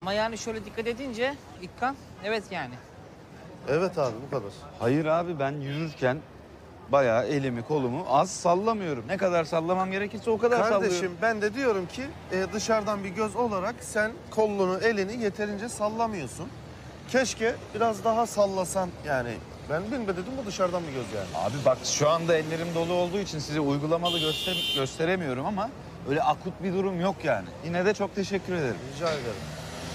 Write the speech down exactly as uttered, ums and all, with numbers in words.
Ama yani şöyle dikkat edince İkkan, evet yani. Evet abi bu kadar. Hayır abi, ben yürürken bayağı elimi kolumu az sallamıyorum. Ne kadar sallamam gerekirse o kadar Kardeşim sallıyorum. ben de diyorum ki e, dışarıdan bir göz olarak sen kolunu elini yeterince sallamıyorsun. Keşke biraz daha sallasan yani. Ben bilmedim bu dışarıdan bir göz yani. Abi bak, şu anda ellerim dolu olduğu için size uygulamalı göster gösteremiyorum ama öyle akut bir durum yok yani. Yine de çok teşekkür ederim. Rica ederim.